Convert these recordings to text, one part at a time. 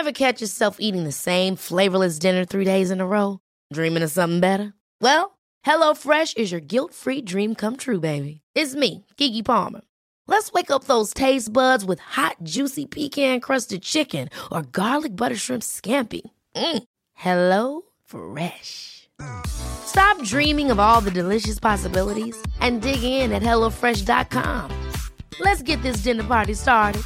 Ever catch yourself eating the same flavorless dinner 3 days in a row? Dreaming of something better? Well, HelloFresh is your guilt-free dream come true, baby. It's me, Keke Palmer. Let's wake up those taste buds with hot, juicy pecan-crusted chicken or garlic butter shrimp scampi. Hello Fresh. Stop dreaming of all the delicious possibilities and dig in at HelloFresh.com. Let's get this dinner party started.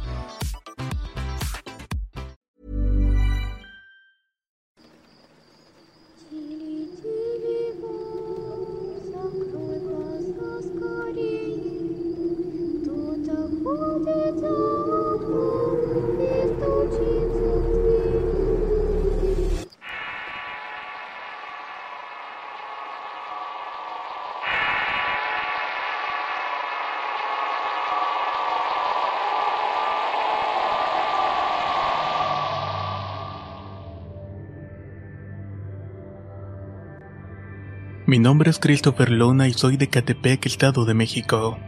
Mi nombre es Christopher Luna y soy de Catepec, Estado de México.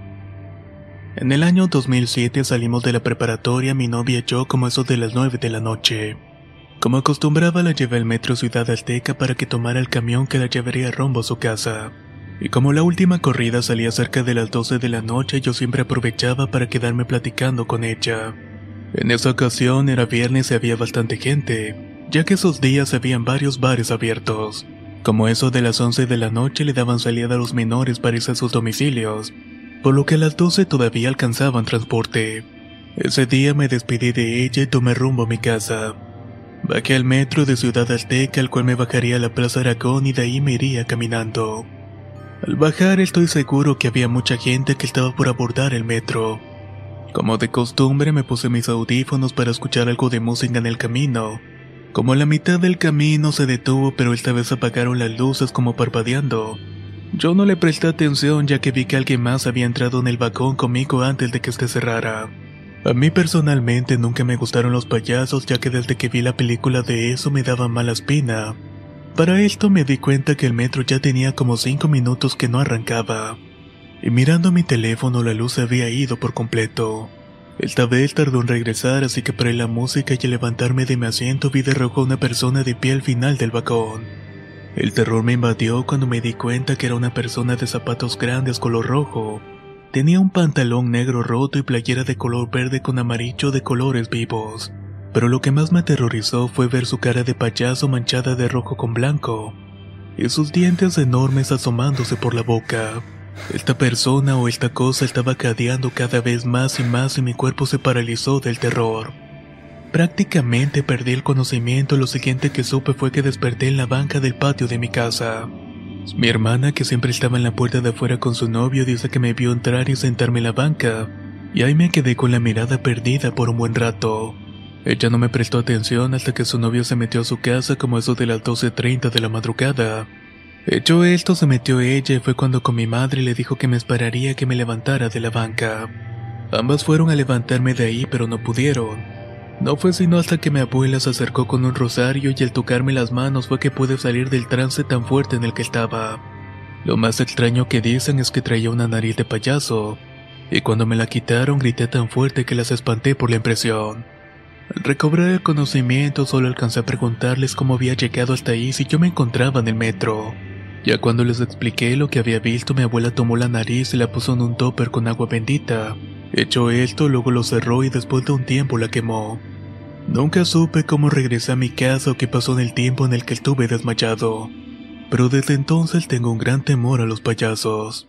En el año 2007 salimos de la preparatoria mi novia y yo como eso de las 9 de la noche. Como acostumbraba la llevé al metro Ciudad Azteca para que tomara el camión que la llevaría rumbo a su casa. Y como la última corrida salía cerca de las 12 de la noche, yo siempre aprovechaba para quedarme platicando con ella. En esa ocasión era viernes y había bastante gente, ya que esos días habían varios bares abiertos. Como eso de las 11 de la noche le daban salida a los menores para irse a sus domicilios, por lo que a las 12 todavía alcanzaban transporte. Ese día me despedí de ella y tomé rumbo a mi casa. Bajé al metro de Ciudad Azteca, al cual me bajaría a la Plaza Aragón y de ahí me iría caminando. Al bajar estoy seguro que había mucha gente que estaba por abordar el metro. Como de costumbre me puse mis audífonos para escuchar algo de música en el camino. Como a la mitad del camino se detuvo, pero esta vez apagaron las luces como parpadeando. Yo no le presté atención ya que vi que alguien más había entrado en el vagón conmigo antes de que este cerrara. A mí personalmente nunca me gustaron los payasos, ya que desde que vi la película de eso me daba mala espina. Para esto me di cuenta que el metro ya tenía como 5 minutos que no arrancaba. Y mirando mi teléfono la luz se había ido por completo. Esta vez tardó en regresar, así que paré la música y al levantarme de mi asiento vi de rojo a una persona de pie al final del vagón. El terror me invadió cuando me di cuenta que era una persona de zapatos grandes color rojo. Tenía un pantalón negro roto y playera de color verde con amarillo de colores vivos. Pero lo que más me aterrorizó fue ver su cara de payaso manchada de rojo con blanco, y sus dientes enormes asomándose por la boca. Esta persona o esta cosa estaba cadeando cada vez más y mi cuerpo se paralizó del terror. Prácticamente perdí el conocimiento y lo siguiente que supe fue que desperté en la banca del patio de mi casa. Mi hermana, que siempre estaba en la puerta de afuera con su novio, dice que me vio entrar y sentarme en la banca, y ahí me quedé con la mirada perdida por un buen rato. Ella no me prestó atención hasta que su novio se metió a su casa como eso de las 12:30 de la madrugada. Hecho esto, se metió ella y fue cuando con mi madre le dijo que me esperaría que me levantara de la banca. Ambas fueron a levantarme de ahí, pero no pudieron. No fue sino hasta que mi abuela se acercó con un rosario y al tocarme las manos fue que pude salir del trance tan fuerte en el que estaba. Lo más extraño que dicen es que traía una nariz de payaso, y cuando me la quitaron grité tan fuerte que las espanté por la impresión. Al recobrar el conocimiento solo alcancé a preguntarles cómo había llegado hasta ahí si yo me encontraba en el metro. Ya cuando les expliqué lo que había visto, mi abuela tomó la nariz y la puso en un topper con agua bendita. Hecho esto, luego lo cerró y después de un tiempo la quemó. Nunca supe cómo regresé a mi casa o qué pasó en el tiempo en el que estuve desmayado, pero desde entonces tengo un gran temor a los payasos.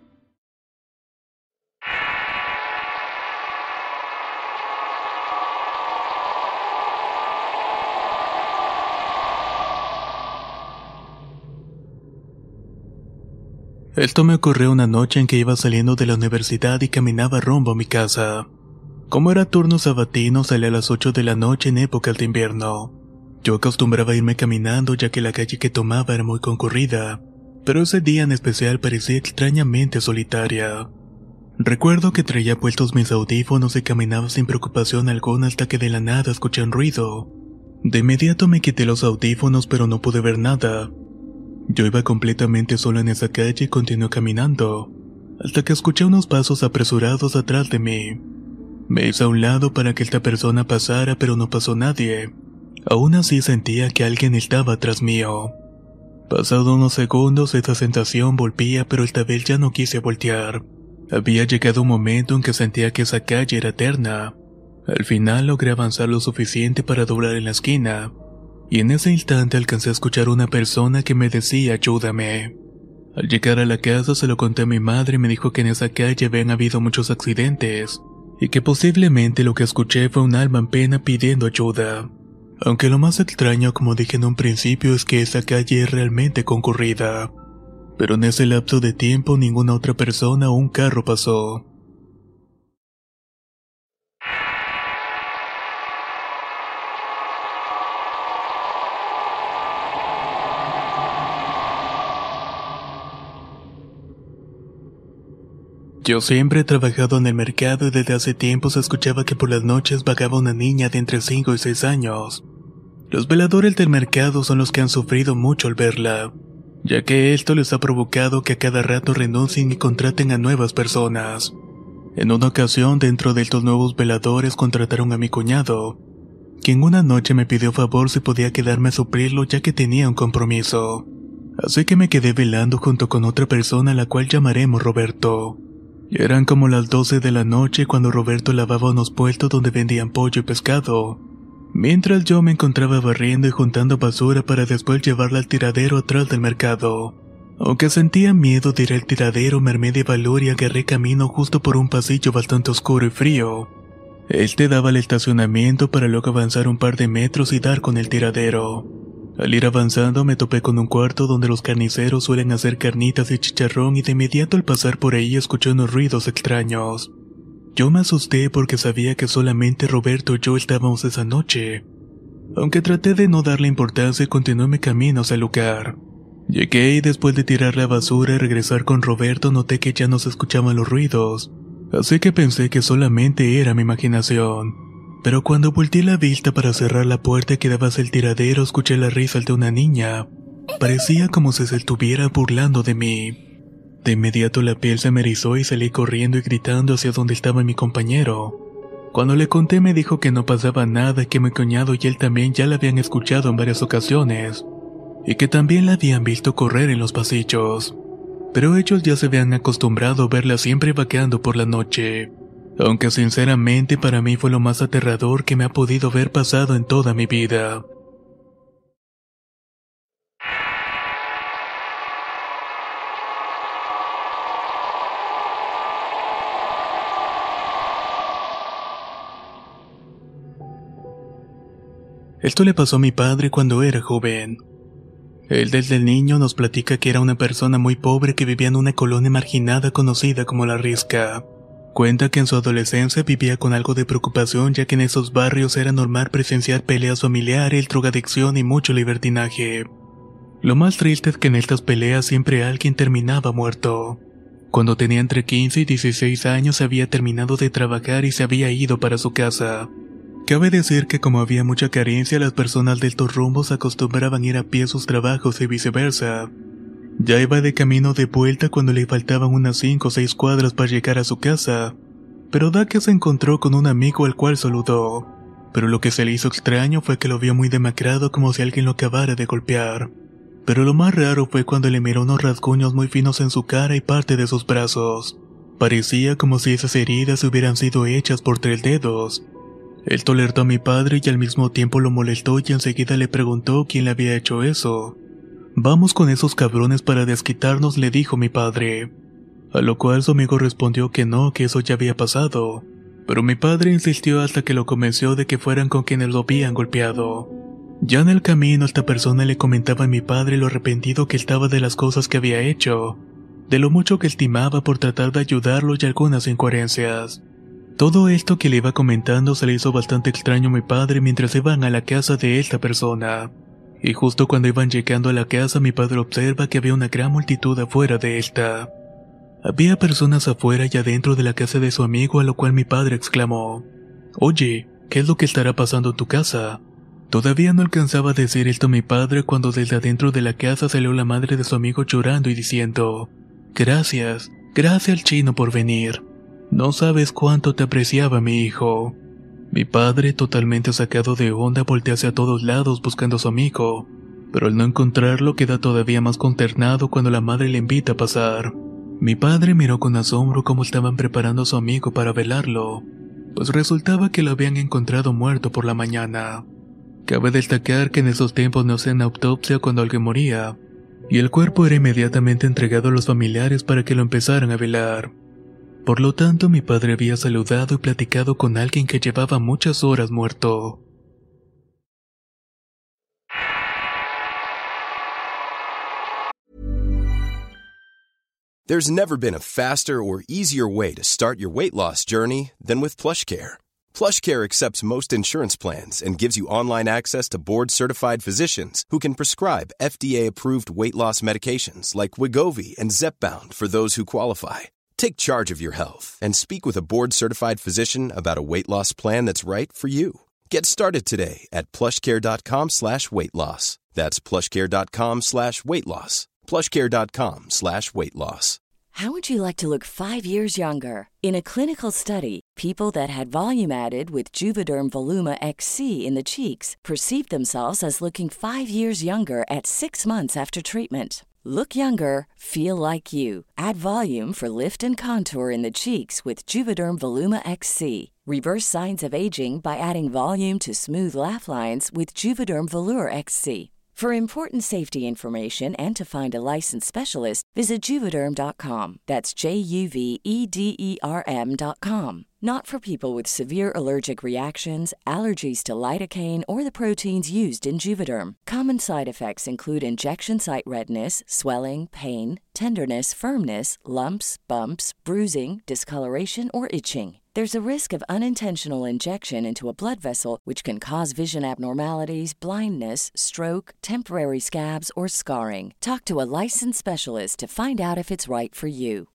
Esto me ocurrió una noche en que iba saliendo de la universidad y caminaba rumbo a mi casa. Como era turno sabatino, salí a las 8 de la noche en épocas de invierno. Yo acostumbraba a irme caminando ya que la calle que tomaba era muy concurrida, pero ese día en especial parecía extrañamente solitaria. Recuerdo que traía puestos mis audífonos y caminaba sin preocupación alguna hasta que de la nada escuché un ruido. De inmediato me quité los audífonos pero no pude ver nada. Yo iba completamente solo en esa calle y continué caminando, hasta que escuché unos pasos apresurados atrás de mí. Me hice a un lado para que esta persona pasara, pero no pasó nadie. Aún así sentía que alguien estaba tras mío. Pasado unos segundos, esta sensación volvía, pero esta vez ya no quise voltear. Había llegado un momento en que sentía que esa calle era eterna. Al final logré avanzar lo suficiente para doblar en la esquina, y en ese instante alcancé a escuchar a una persona que me decía ayúdame. Al llegar a la casa se lo conté a mi madre y me dijo que en esa calle habían habido muchos accidentes, y que posiblemente lo que escuché fue un alma en pena pidiendo ayuda. Aunque lo más extraño, como dije en un principio, es que esa calle es realmente concurrida. Pero en ese lapso de tiempo ninguna otra persona o un carro pasó. Yo siempre he trabajado en el mercado y desde hace tiempo se escuchaba que por las noches vagaba una niña de entre 5 y 6 años. Los veladores del mercado son los que han sufrido mucho al verla, ya que esto les ha provocado que a cada rato renuncien y contraten a nuevas personas. En una ocasión, dentro de estos nuevos veladores contrataron a mi cuñado, quien una noche me pidió favor si podía quedarme a suplirlo ya que tenía un compromiso. Así que me quedé velando junto con otra persona a la cual llamaremos Roberto. Eran como las 12 de la noche cuando Roberto lavaba unos puestos donde vendían pollo y pescado, mientras yo me encontraba barriendo y juntando basura para después llevarla al tiradero atrás del mercado. Aunque sentía miedo de ir al tiradero, me armé de valor y agarré camino justo por un pasillo bastante oscuro y frío. Este daba al estacionamiento para luego avanzar un par de metros y dar con el tiradero. Al ir avanzando me topé con un cuarto donde los carniceros suelen hacer carnitas y chicharrón y de inmediato al pasar por ahí escuché unos ruidos extraños. Yo me asusté porque sabía que solamente Roberto y yo estábamos esa noche. Aunque traté de no darle importancia y continué mi camino hacia el lugar. Llegué y después de tirar la basura y regresar con Roberto noté que ya no se escuchaban los ruidos, así que pensé que solamente era mi imaginación. Pero cuando volteé la vista para cerrar la puerta que daba hacia el tiradero, escuché la risa de una niña. Parecía como si se estuviera burlando de mí. De inmediato la piel se me erizó y salí corriendo y gritando hacia donde estaba mi compañero. Cuando le conté me dijo que no pasaba nada, que mi cuñado y él también ya la habían escuchado en varias ocasiones, y que también la habían visto correr en los pasillos. Pero ellos ya se habían acostumbrado a verla siempre vaqueando por la noche. Aunque sinceramente para mí fue lo más aterrador que me ha podido haber pasado en toda mi vida. Esto le pasó a mi padre cuando era joven. Él desde el niño nos platica que era una persona muy pobre que vivía en una colonia marginada conocida como La Risca. Cuenta que en su adolescencia vivía con algo de preocupación ya que en esos barrios era normal presenciar peleas familiares, drogadicción y mucho libertinaje. Lo más triste es que en estas peleas siempre alguien terminaba muerto. Cuando tenía entre 15 y 16 años había terminado de trabajar y se había ido para su casa. Cabe decir que como había mucha carencia, las personas de estos rumbos acostumbraban ir a pie a sus trabajos y viceversa. Ya iba de camino de vuelta cuando le faltaban unas 5 o 6 cuadras para llegar a su casa, pero da que se encontró con un amigo al cual saludó. Pero lo que se le hizo extraño fue que lo vio muy demacrado como si alguien lo acabara de golpear. Pero lo más raro fue cuando le miró unos rasguños muy finos en su cara y parte de sus brazos. Parecía como si esas heridas hubieran sido hechas por 3 dedos. Esto alertó a mi padre y al mismo tiempo lo molestó y enseguida le preguntó quién le había hecho eso. «Vamos con esos cabrones para desquitarnos», le dijo mi padre. A lo cual su amigo respondió que no, que eso ya había pasado. Pero mi padre insistió hasta que lo convenció de que fueran con quienes lo habían golpeado. Ya en el camino esta persona le comentaba a mi padre lo arrepentido que estaba de las cosas que había hecho, de lo mucho que estimaba por tratar de ayudarlo y algunas incoherencias. Todo esto que le iba comentando se le hizo bastante extraño a mi padre mientras iban a la casa de esta persona. Y justo cuando iban llegando a la casa, mi padre observa que había una gran multitud afuera de esta. Había personas afuera y adentro de la casa de su amigo, a lo cual mi padre exclamó: «Oye, ¿qué es lo que estará pasando en tu casa?». Todavía no alcanzaba a decir esto mi padre cuando desde adentro de la casa salió la madre de su amigo llorando y diciendo: «Gracias, gracias al chino por venir». No sabes cuánto te apreciaba mi hijo. Mi padre, totalmente sacado de onda, voltea hacia todos lados buscando a su amigo, pero al no encontrarlo queda todavía más consternado cuando la madre le invita a pasar. Mi padre miró con asombro cómo estaban preparando a su amigo para velarlo, pues resultaba que lo habían encontrado muerto por la mañana. Cabe destacar que en esos tiempos no hacían autopsia cuando alguien moría, y el cuerpo era inmediatamente entregado a los familiares para que lo empezaran a velar. Por lo tanto, mi padre había saludado y platicado con alguien que llevaba muchas horas muerto. There's never been a faster or easier way to start your weight loss journey than with PlushCare. PlushCare accepts most insurance plans and gives you online access to board-certified physicians who can prescribe FDA-approved weight loss medications like Wegovy and Zepbound for those who qualify. Take charge of your health and speak with a board-certified physician about a weight loss plan that's right for you. Get started today at plushcare.com/weightloss. That's plushcare.com/weightloss. plushcare.com/weightloss. How would you like to look 5 years younger? In a clinical study, people that had volume added with Juvederm Voluma XC in the cheeks perceived themselves as looking 5 years younger at 6 months after treatment. Look younger, feel like you. Add volume for lift and contour in the cheeks with Juvederm Voluma XC. Reverse signs of aging by adding volume to smooth laugh lines with Juvederm Volure XC. For important safety information and to find a licensed specialist, visit Juvederm.com. That's JUVEDERM.com. Not for people with severe allergic reactions, allergies to lidocaine, or the proteins used in Juvederm. Common side effects include injection site redness, swelling, pain, tenderness, firmness, lumps, bumps, bruising, discoloration, or itching. There's a risk of unintentional injection into a blood vessel, which can cause vision abnormalities, blindness, stroke, temporary scabs, or scarring. Talk to a licensed specialist to find out if it's right for you.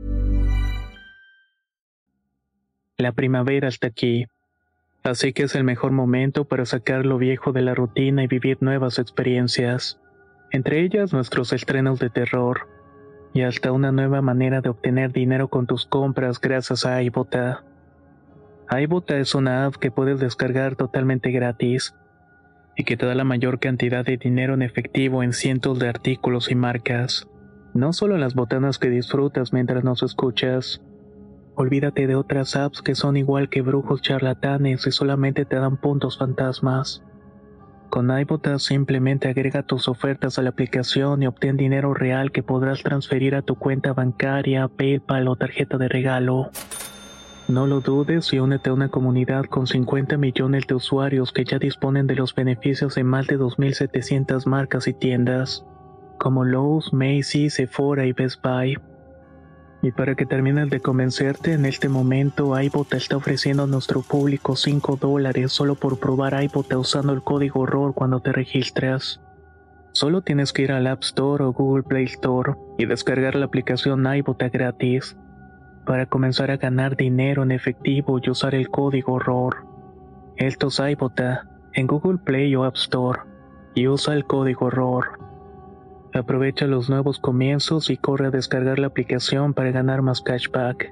La primavera está aquí, así que es el mejor momento para sacar lo viejo de la rutina y vivir nuevas experiencias, entre ellas nuestros estrenos de terror, y hasta una nueva manera de obtener dinero con tus compras gracias a iBota. iBota es una app que puedes descargar totalmente gratis y que te da la mayor cantidad de dinero en efectivo en cientos de artículos y marcas, no solo en las botanas que disfrutas mientras nos escuchas. Olvídate de otras apps que son igual que brujos charlatanes y solamente te dan puntos fantasmas. Con iBota simplemente agrega tus ofertas a la aplicación y obtén dinero real que podrás transferir a tu cuenta bancaria, PayPal o tarjeta de regalo. No lo dudes y únete a una comunidad con 50 millones de usuarios que ya disponen de los beneficios de más de 2.700 marcas y tiendas, como Lowe's, Macy's, Sephora y Best Buy. Y para que termines de convencerte, en este momento iBota está ofreciendo a nuestro público $5 solo por probar iBota usando el código ROR cuando te registras. Solo tienes que ir al App Store o Google Play Store y descargar la aplicación iBota gratis para comenzar a ganar dinero en efectivo y usar el código ROR. Esto es iBota en Google Play o App Store y usa el código ROR. Aprovecha los nuevos comienzos y corre a descargar la aplicación para ganar más cashback.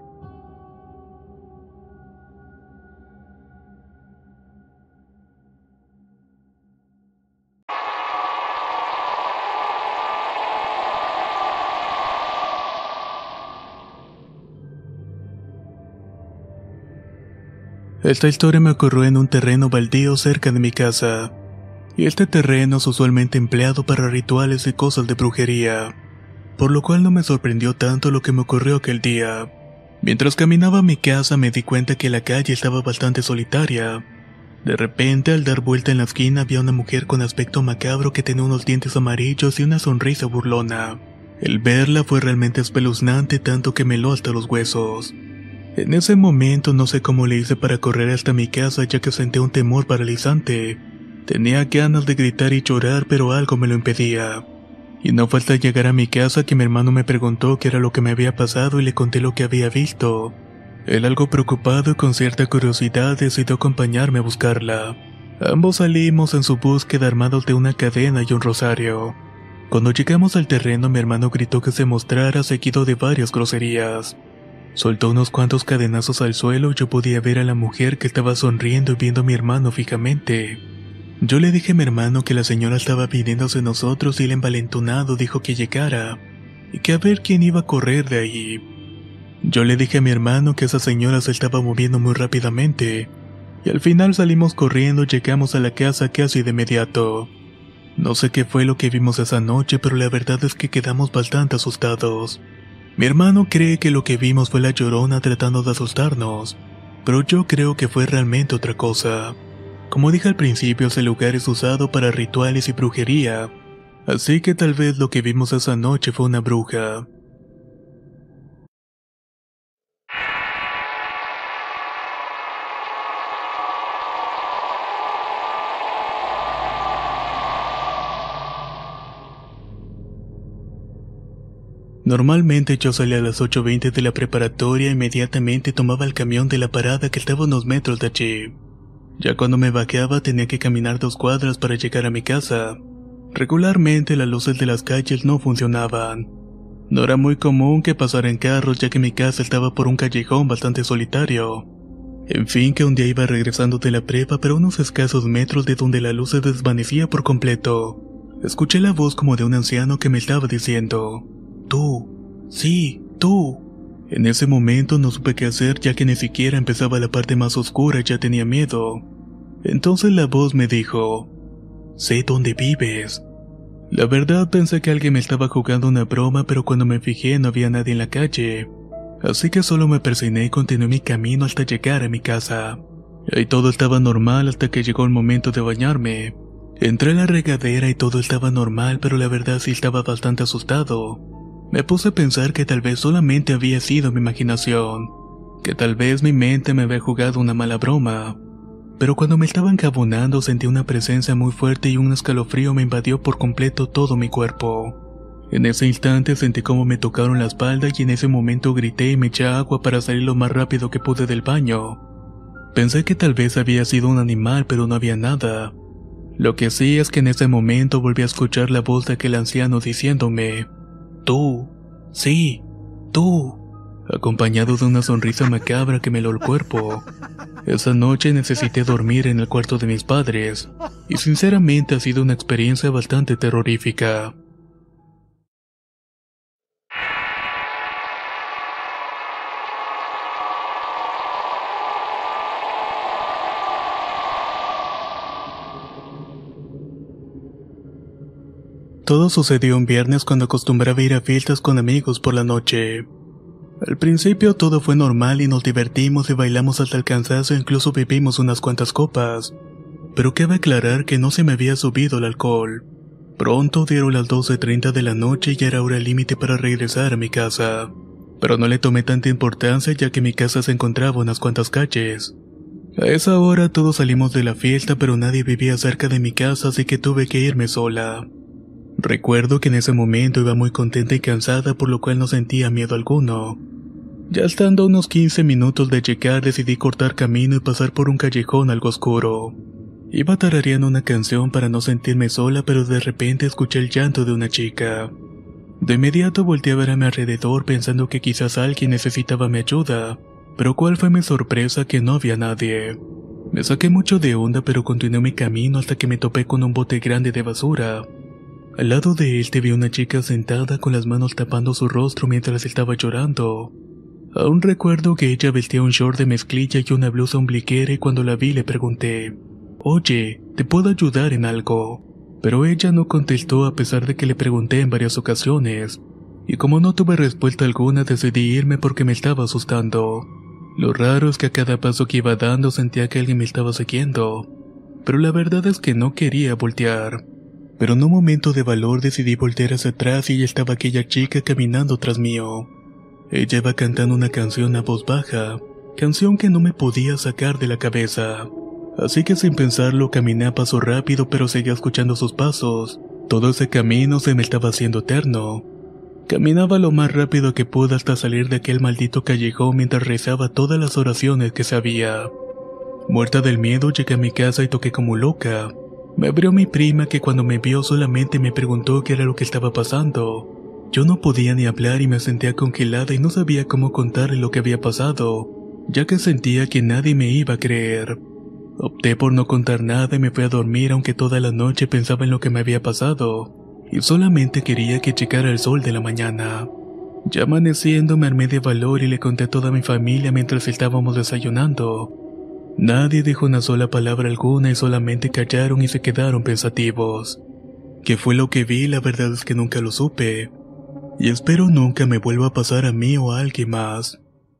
Esta historia me ocurrió en un terreno baldío cerca de mi casa. Y este terreno es usualmente empleado para rituales y cosas de brujería, por lo cual no me sorprendió tanto lo que me ocurrió aquel día. Mientras caminaba a mi casa me di cuenta que la calle estaba bastante solitaria. De repente, al dar vuelta en la esquina había una mujer con aspecto macabro que tenía unos dientes amarillos y una sonrisa burlona. El verla fue realmente espeluznante, tanto que me heló hasta los huesos. En ese momento no sé cómo le hice para correr hasta mi casa, ya que sentí un temor paralizante. Tenía ganas de gritar y llorar, pero algo me lo impedía. Y no fue hasta llegar a mi casa que mi hermano me preguntó qué era lo que me había pasado y le conté lo que había visto. Él, algo preocupado y con cierta curiosidad, decidió acompañarme a buscarla. Ambos salimos en su búsqueda armados de una cadena y un rosario. Cuando llegamos al terreno, mi hermano gritó que se mostrara, seguido de varias groserías. Soltó unos cuantos cadenazos al suelo y yo podía ver a la mujer que estaba sonriendo y viendo a mi hermano fijamente. Yo le dije a mi hermano que la señora estaba viniendo hacia nosotros y el envalentonado dijo que llegara y que a ver quién iba a correr de ahí. Yo le dije a mi hermano que esa señora se estaba moviendo muy rápidamente y al final salimos corriendo y llegamos a la casa casi de inmediato. No sé qué fue lo que vimos esa noche, pero la verdad es que quedamos bastante asustados. Mi hermano cree que lo que vimos fue la Llorona tratando de asustarnos, pero yo creo que fue realmente otra cosa. Como dije al principio, ese lugar es usado para rituales y brujería, así que tal vez lo que vimos esa noche fue una bruja. Normalmente yo salía a las 8:20 de la preparatoria e inmediatamente tomaba el camión de la parada que estaba a unos metros de allí. Ya cuando me bajaba tenía que caminar 2 cuadras para llegar a mi casa. Regularmente las luces de las calles no funcionaban. No era muy común que pasaran carros ya que mi casa estaba por un callejón bastante solitario. En fin, que un día iba regresando de la prepa pero a unos escasos metros de donde la luz se desvanecía por completo. Escuché la voz como de un anciano que me estaba diciendo: «Tú, sí, tú». En ese momento no supe qué hacer ya que ni siquiera empezaba la parte más oscura y ya tenía miedo. Entonces la voz me dijo: «Sé dónde vives». La verdad pensé que alguien me estaba jugando una broma, pero cuando me fijé no había nadie en la calle. Así que solo me persigné y continué mi camino hasta llegar a mi casa. Ahí todo estaba normal hasta que llegó el momento de bañarme. Entré a la regadera y todo estaba normal, pero la verdad sí estaba bastante asustado. Me puse a pensar que tal vez solamente había sido mi imaginación, que tal vez mi mente me había jugado una mala broma. Pero cuando me estaba encabonando sentí una presencia muy fuerte y un escalofrío me invadió por completo todo mi cuerpo. En ese instante sentí como me tocaron la espalda y en ese momento grité y me eché agua para salir lo más rápido que pude del baño. Pensé que tal vez había sido un animal, pero no había nada. Lo que sí es que en ese momento volví a escuchar la voz de aquel anciano diciéndome: «Tú, sí, tú», acompañado de una sonrisa macabra que me heló el cuerpo. Esa noche necesité dormir en el cuarto de mis padres, y sinceramente ha sido una experiencia bastante terrorífica. Todo sucedió un viernes cuando acostumbraba ir a fiestas con amigos por la noche. Al principio todo fue normal y nos divertimos y bailamos hasta el cansancio e incluso bebimos unas cuantas copas. Pero cabe aclarar que no se me había subido el alcohol. Pronto dieron las 12:30 de la noche y ya era hora límite para regresar a mi casa. Pero no le tomé tanta importancia ya que mi casa se encontraba a unas cuantas calles. A esa hora todos salimos de la fiesta pero nadie vivía cerca de mi casa, así que tuve que irme sola. Recuerdo que en ese momento iba muy contenta y cansada, por lo cual no sentía miedo alguno. Ya estando a unos 15 minutos de llegar decidí cortar camino y pasar por un callejón algo oscuro. Iba tarareando una canción para no sentirme sola, pero de repente escuché el llanto de una chica. De inmediato volteé a ver a mi alrededor pensando que quizás alguien necesitaba mi ayuda, pero cuál fue mi sorpresa que no había nadie. Me saqué mucho de onda pero continué mi camino hasta que me topé con un bote grande de basura. Al lado de él te vi una chica sentada con las manos tapando su rostro mientras estaba llorando. Aún recuerdo que ella vestía un short de mezclilla y una blusa ombliguera y cuando la vi le pregunté: «Oye, ¿te puedo ayudar en algo?». Pero ella no contestó a pesar de que le pregunté en varias ocasiones. Y como no tuve respuesta alguna decidí irme porque me estaba asustando. Lo raro es que a cada paso que iba dando sentía que alguien me estaba siguiendo. Pero la verdad es que no quería voltear. Pero en un momento de valor decidí voltear hacia atrás y ella estaba aquella chica caminando tras mío. Ella iba cantando una canción a voz baja, canción que no me podía sacar de la cabeza. Así que sin pensarlo caminé a paso rápido pero seguía escuchando sus pasos. Todo ese camino se me estaba haciendo eterno. Caminaba lo más rápido que pude hasta salir de aquel maldito callejón mientras rezaba todas las oraciones que sabía. Muerta del miedo llegué a mi casa y toqué como loca. Me abrió mi prima que cuando me vio solamente me preguntó qué era lo que estaba pasando. Yo no podía ni hablar y me sentía congelada y no sabía cómo contarle lo que había pasado, ya que sentía que nadie me iba a creer. Opté por no contar nada y me fui a dormir, aunque toda la noche pensaba en lo que me había pasado, y solamente quería que checara el sol de la mañana. Ya amaneciendo me armé de valor y le conté a toda mi familia mientras estábamos desayunando. Nadie dijo una sola palabra alguna y solamente callaron y se quedaron pensativos. ¿Qué fue lo que vi? La verdad es que nunca lo supe. Y espero nunca me vuelva a pasar a mí o a alguien más.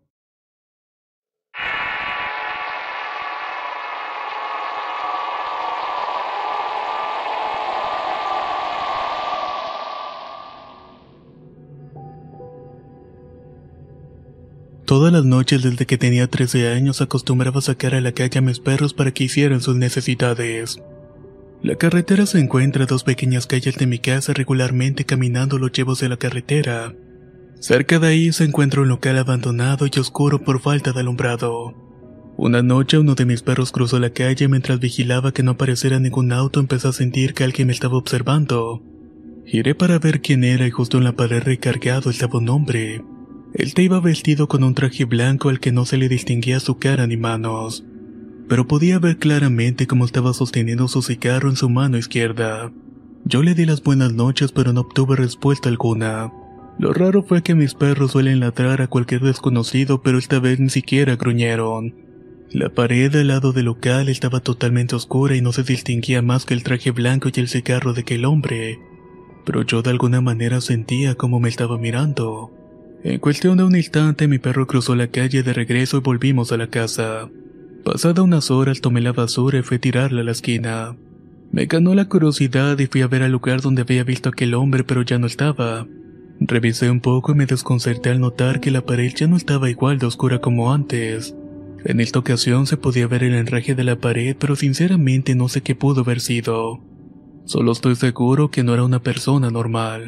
Todas las noches desde que tenía 13 años acostumbraba a sacar a la calle a mis perros para que hicieran sus necesidades. La carretera se encuentra a 2 pequeñas calles de mi casa. Regularmente caminando los llevo hacia la carretera. Cerca de ahí se encuentra un local abandonado y oscuro por falta de alumbrado. Una noche uno de mis perros cruzó la calle. Mientras vigilaba que no apareciera ningún auto, empecé a sentir que alguien me estaba observando. Giré para ver quién era y justo en la pared recargado estaba un hombre. Él iba vestido con un traje blanco al que no se le distinguía su cara ni manos, pero podía ver claramente cómo estaba sosteniendo su cigarro en su mano izquierda. Yo le di las buenas noches, pero no obtuve respuesta alguna. Lo raro fue que mis perros suelen ladrar a cualquier desconocido, pero esta vez ni siquiera gruñeron. La pared del lado del local estaba totalmente oscura y no se distinguía más que el traje blanco y el cigarro de aquel hombre, pero yo de alguna manera sentía cómo me estaba mirando. En cuestión de un instante mi perro cruzó la calle de regreso y volvimos a la casa. Pasada unas horas tomé la basura y fui a tirarla a la esquina. Me ganó la curiosidad y fui a ver al lugar donde había visto a aquel hombre, pero ya no estaba. Revisé un poco y me desconcerté al notar que la pared ya no estaba igual de oscura como antes. En esta ocasión se podía ver el enraje de la pared, pero sinceramente no sé qué pudo haber sido. Solo estoy seguro que no era una persona normal.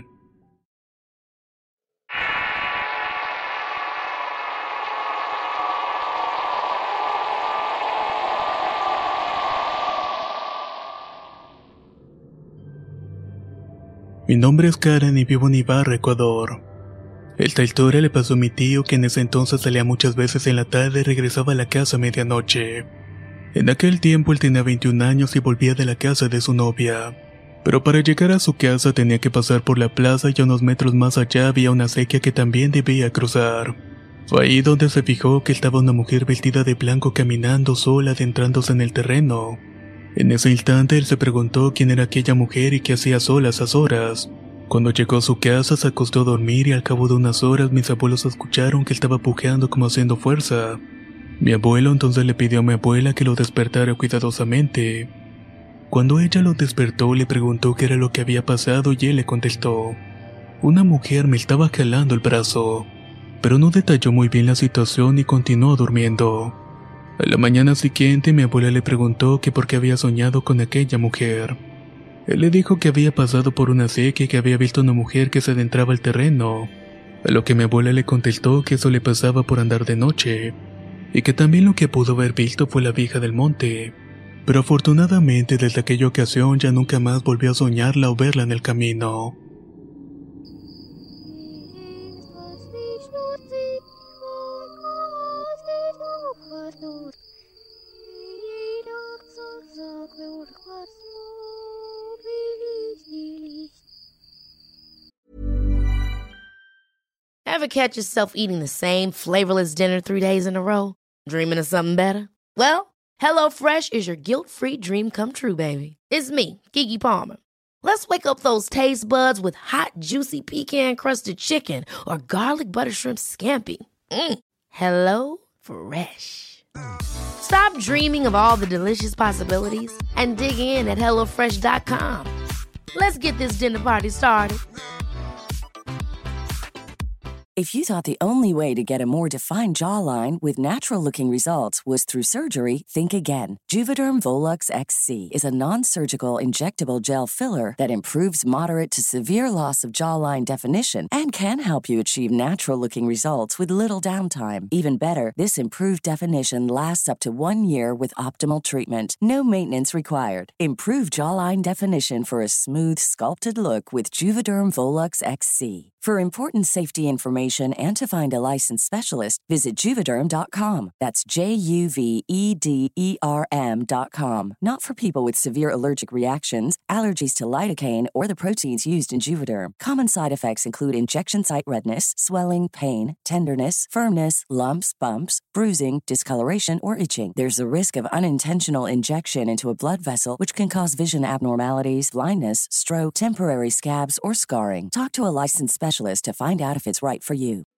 Mi nombre es Karen y vivo en Ibarra, Ecuador. Esta historia le pasó a mi tío, que en ese entonces salía muchas veces en la tarde y regresaba a la casa a medianoche. En aquel tiempo él tenía 21 años y volvía de la casa de su novia. Pero para llegar a su casa tenía que pasar por la plaza y a unos metros más allá había una acequia que también debía cruzar. Fue ahí donde se fijó que estaba una mujer vestida de blanco caminando sola adentrándose en el terreno. En ese instante él se preguntó quién era aquella mujer y qué hacía sola a esas horas. Cuando llegó a su casa se acostó a dormir y al cabo de unas horas mis abuelos escucharon que estaba pujeando como haciendo fuerza. Mi abuelo entonces le pidió a mi abuela que lo despertara cuidadosamente. Cuando ella lo despertó le preguntó qué era lo que había pasado y él le contestó: una mujer me estaba jalando el brazo, pero no detalló muy bien la situación y continuó durmiendo. A la mañana siguiente mi abuela le preguntó que por qué había soñado con aquella mujer. Él le dijo que había pasado por una acequia y que había visto a una mujer que se adentraba al terreno, a lo que mi abuela le contestó que eso le pasaba por andar de noche, y que también lo que pudo haber visto fue la vieja del monte, pero afortunadamente desde aquella ocasión ya nunca más volvió a soñarla o verla en el camino. Ever catch yourself eating the same flavorless dinner 3 days in a row? Dreaming of something better? Well, HelloFresh is your guilt-free dream come true, baby. It's me, Keke Palmer. Let's wake up those taste buds with hot, juicy pecan-crusted chicken or garlic butter shrimp scampi. Hello Fresh. Stop dreaming of all the delicious possibilities and dig in at HelloFresh.com. Let's get this dinner party started. If you thought the only way to get a more defined jawline with natural-looking results was through surgery, think again. Juvederm Volux XC is a non-surgical injectable gel filler that improves moderate to severe loss of jawline definition and can help you achieve natural-looking results with little downtime. Even better, this improved definition lasts up to 1 year with optimal treatment. No maintenance required. Improve jawline definition for a smooth, sculpted look with Juvederm Volux XC. For important safety information and to find a licensed specialist, visit Juvederm.com. That's JUVEDERM.com. Not for people with severe allergic reactions, allergies to lidocaine, or the proteins used in Juvederm. Common side effects include injection site redness, swelling, pain, tenderness, firmness, lumps, bumps, bruising, discoloration, or itching. There's a risk of unintentional injection into a blood vessel, which can cause vision abnormalities, blindness, stroke, temporary scabs, or scarring. Talk to a licensed specialist to find out if it's right for you.